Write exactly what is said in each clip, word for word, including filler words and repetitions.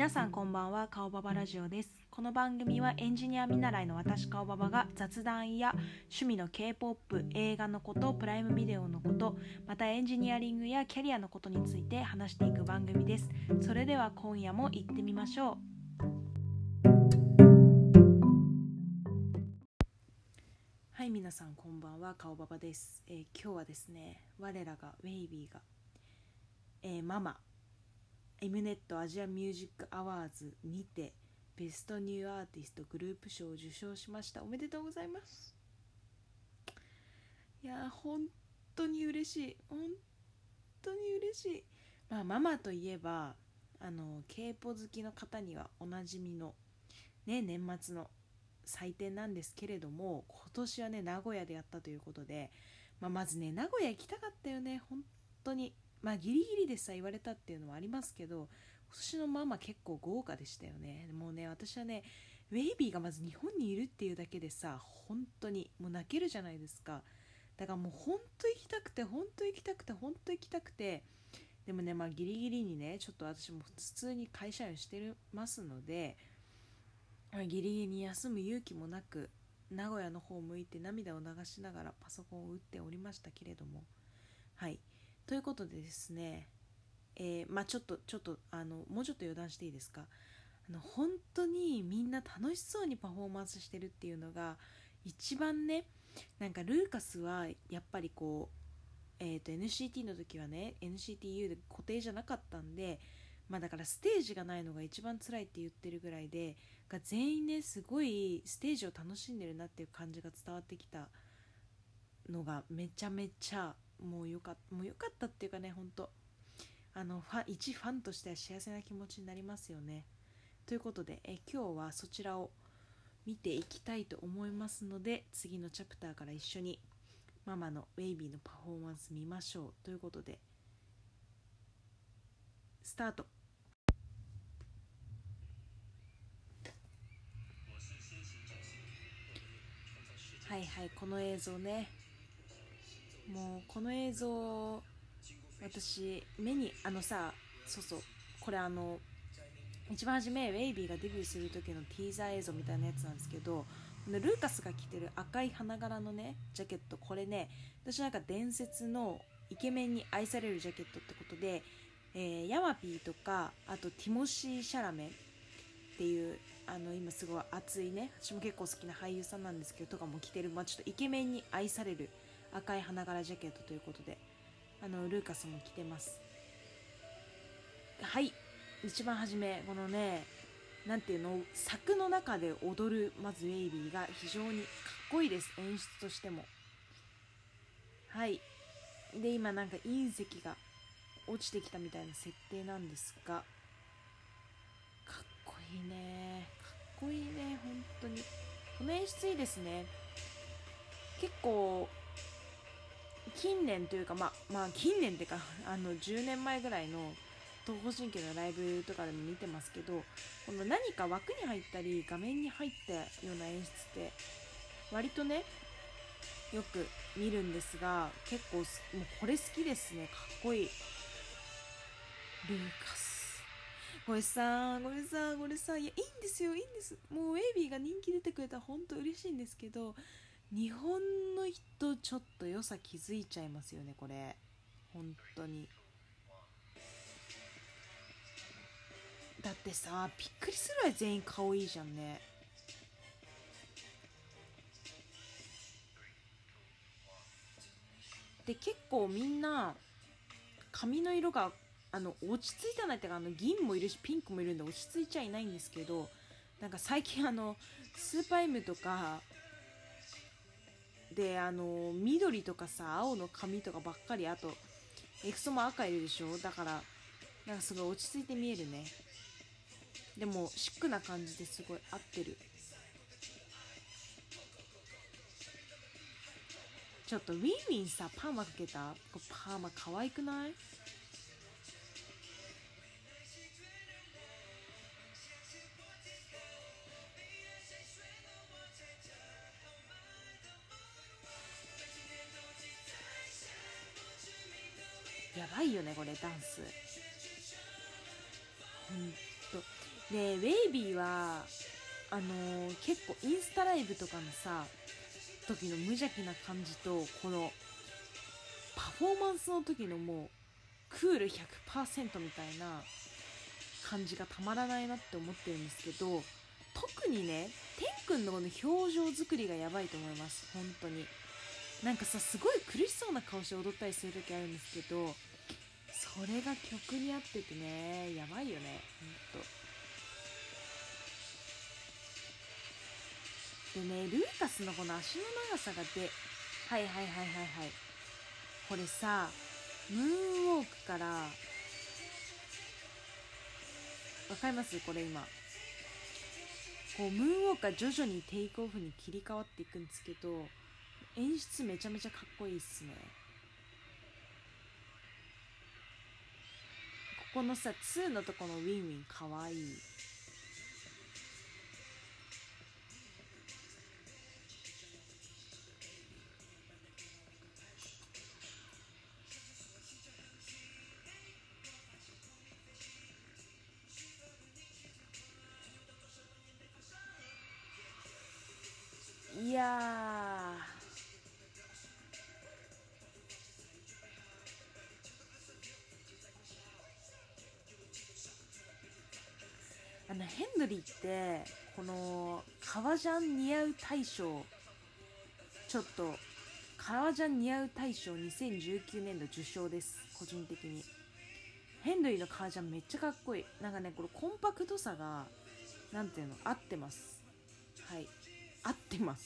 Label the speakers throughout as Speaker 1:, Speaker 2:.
Speaker 1: 皆さんこんばんは。顔ババラジオです。この番組はエンジニア見習いの私顔ババが雑談や趣味の K-ポップ、映画のこと、プライムビデオのこと、またエンジニアリングやキャリアのことについて話していく番組です。それでは今夜も行ってみましょう。はい、皆さんこんばんは。顔ババです。えー、今日はですね、我らがウェイビーが、えー、ママエムネットアジアミュージックアワーズにてベストニューアーティストグループ賞を受賞しました。おめでとうございます。いや本当に嬉しい、本当に嬉しい。まあママといえばあの K-ポップ 好きの方にはおなじみのね、年末の祭典なんですけれども、今年はね名古屋でやったということで、まあ、まずね名古屋行きたかったよね、本当に。まあギリギリでさ言われたっていうのはありますけど、今年のママ結構豪華でしたよね。もうね、私はねウェイビーがまず日本にいるっていうだけでさ、本当にもう泣けるじゃないですか。だからもう本当行きたくて本当行きたくて本当行きたくて、でもねまあギリギリにねちょっと私も普通に会社員してますので、ギリギリに休む勇気もなく名古屋の方を向いて涙を流しながらパソコンを打っておりましたけれども、はい、ということでですね、えー、まあちょっとちょっとあのもうちょっと余談していいですか。あの本当にみんな楽しそうにパフォーマンスしてるっていうのが一番ね、なんかルーカスはやっぱりこう、えー、と エヌシーティー の時はね エヌシーティーユー で固定じゃなかったんで、まあだからステージがないのが一番辛いって言ってるぐらいで、が全員ねすごいステージを楽しんでるなっていう感じが伝わってきたのがめちゃめちゃもうよかった、もうよかったっていうかね、本当あのファン一ファンとしては幸せな気持ちになりますよね。ということでえ今日はそちらを見ていきたいと思いますので、次のチャプターから一緒にママのウェイビーのパフォーマンス見ましょうということで、スタート。はいはい、この映像ね、もうこの映像私目にあのさ、そうそう、これあの一番初めウェイビーがデビューする時のティーザー映像みたいなやつなんですけど、ルーカスが着てる赤い花柄のねジャケット、これね私なんか伝説のイケメンに愛されるジャケットってことで、えー、ヤマピーとかあとティモシー・シャラメっていうあの今すごい熱いね、私も結構好きな俳優さんなんですけどとかも着てる、まあ、ちょっとイケメンに愛される赤い花柄ジャケットということで、あのルーカスも着てます。はい、一番初めこのね、なんていうの、柵の中で踊るまずウェイビーが非常にかっこいいです、演出としても。はい、で今なんか隕石が落ちてきたみたいな設定なんですが、かっこいいね、かっこいいね、本当にこの演出いいですね。結構近年というか、まあまあ近年っていうかあのじゅうねんまえぐらいの東方神起のライブとかでも見てますけど、この何か枠に入ったり画面に入ったような演出って割とねよく見るんですが、結構もうこれ好きですね、かっこいい。ルーカス、これさこれさこれさいやいいんですよ、いいんです、もうウェイビーが人気出てくれたら本当嬉しいんですけど、日本の人ちょっと良さ気づいちゃいますよね、これ本当に。だってさびっくりするぐらい全員顔いいじゃんね。で結構みんな髪の色があの落ち着いてないっていうか、あの銀もいるしピンクもいるんで落ち着いちゃいないんですけど、なんか最近あのスーパー M とかであの緑とかさ青の髪とかばっかり、あとエクソも赤いるでしょ、だからなんかすごい落ち着いて見えるね。でもシックな感じですごい合ってる。ちょっとウィンウィンさパーマかけたパーマ可愛くない？やばいよねこれダンス、ほんと。 でウェイビーはあのー結構インスタライブとかのさ時の無邪気な感じとこのパフォーマンスの時のもうクール ひゃくパーセント みたいな感じがたまらないなって思ってるんですけど、特にね天くんのこの表情作りがやばいと思います。本当になんかさ、すごい苦しそうな顔して踊ったりする時あるんですけど、それが曲に合っててね、やばいよねほんと。でね、ルーカスのこの足の長さがで、はいはいはいはいはい、これさムーンウォークからわかります？これ今こうムーンウォークが徐々にテイクオフに切り替わっていくんですけど、演出めちゃめちゃかっこいいっすね。ここのさツーのとこのウィンウィンかわいい。いやー、あのヘンドリーってこの革ジャン似合う大賞、ちょっと革ジャン似合う大賞にせんじゅうきゅうねんど受賞です。個人的にヘンドリーの革ジャンめっちゃかっこいい。なんかねこのコンパクトさがなんていうの合ってます。はい、合ってます。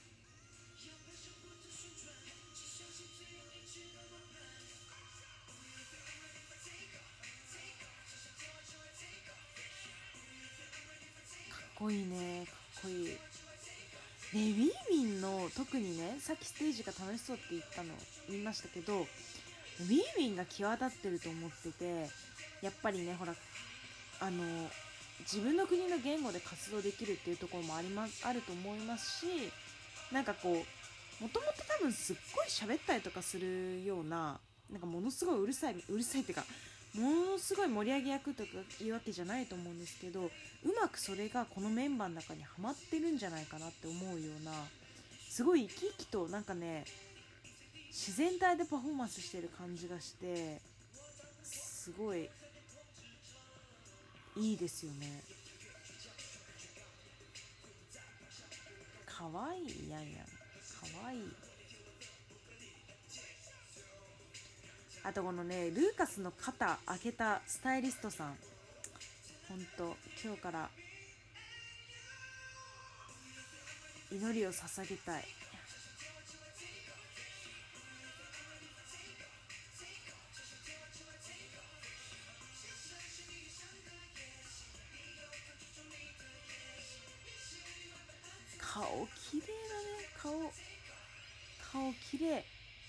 Speaker 1: かっこいいね、かっこいい。でウィーミンの特にね、さっきステージが楽しそうって言ったの言いましたけど、ウィーミンが際立ってると思ってて、やっぱりねほらあの自分の国の言語で活動できるっていうところもありますあると思いますし、なんかこうもともと多分すっごい喋ったりとかするような、なんかものすごいうるさいうるさいっていうかものすごい盛り上げ役とかいうわけじゃないと思うんですけど、うまくそれがこのメンバーの中にはまってるんじゃないかなって思うような、すごい生き生きとなんかね自然体でパフォーマンスしてる感じがして、すごいいいですよね。かわいいやんやん、かわいい。あとこのねルーカスの肩開けたスタイリストさん、ほんと今日から祈りを捧げたい。顔綺麗だね、顔顔綺麗。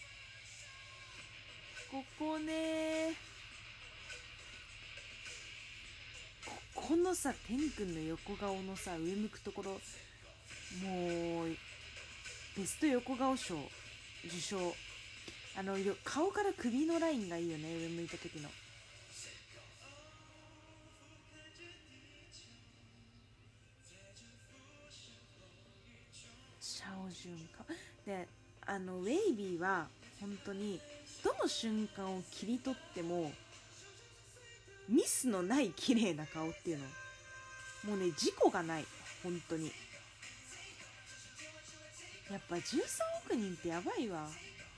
Speaker 1: ここね、ここのさ天くんの横顔のさ上向くところ、もうベスト横顔賞受賞。あの顔から首のラインがいいよね、上向いた時の。シャオジュンかで、あのウェイビーは本当にどの瞬間を切り取ってもミスのない綺麗な顔っていうの、もうね事故がない本当に。やっぱじゅうさんおく人ってやばいわ。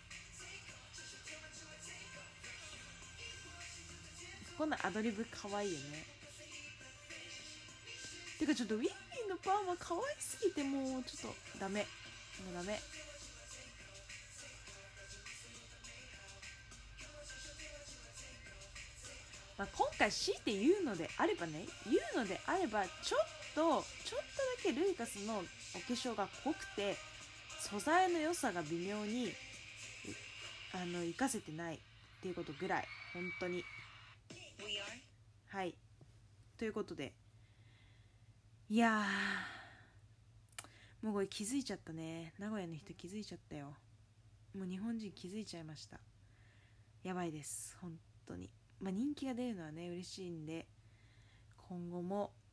Speaker 1: こんなアドリブかわいいよね。てかちょっとウィンウィンのパーマ可愛すぎてもうちょっとダメ、もうダメ。まあ、今回強いて言うのであればね言うのであればちょっとちょっとだけルイカスのお化粧が濃くて素材の良さが微妙にあの活かせてないっていうことぐらい本当に。はい、ということで、いやーもうこれ気づいちゃったね、名古屋の人気づいちゃったよ。もう日本人気づいちゃいました。やばいです本当に。まあ人気が出るのはね嬉しいんで、今後も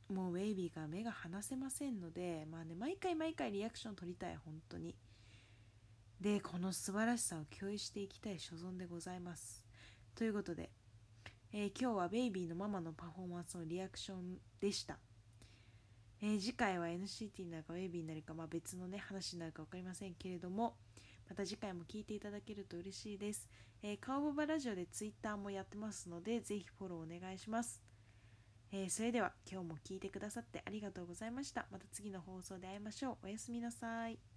Speaker 1: もうウェイビーが目が離せませんので、まあね、毎回毎回リアクション取りたい、本当に。で、この素晴らしさを共有していきたい所存でございます。ということで、えー今日はベイビーのママのパフォーマンスのリアクションでした。えー次回は エヌシーティー になるかウェイビーになるか、まあ、別のね話になるか分かりませんけれども、また次回も聞いていただけると嬉しいです。えー、カウボバラジオでツイッターもやってますので、ぜひフォローお願いします。えーそれでは今日も聞いてくださってありがとうございました。また次の放送で会いましょう。おやすみなさい。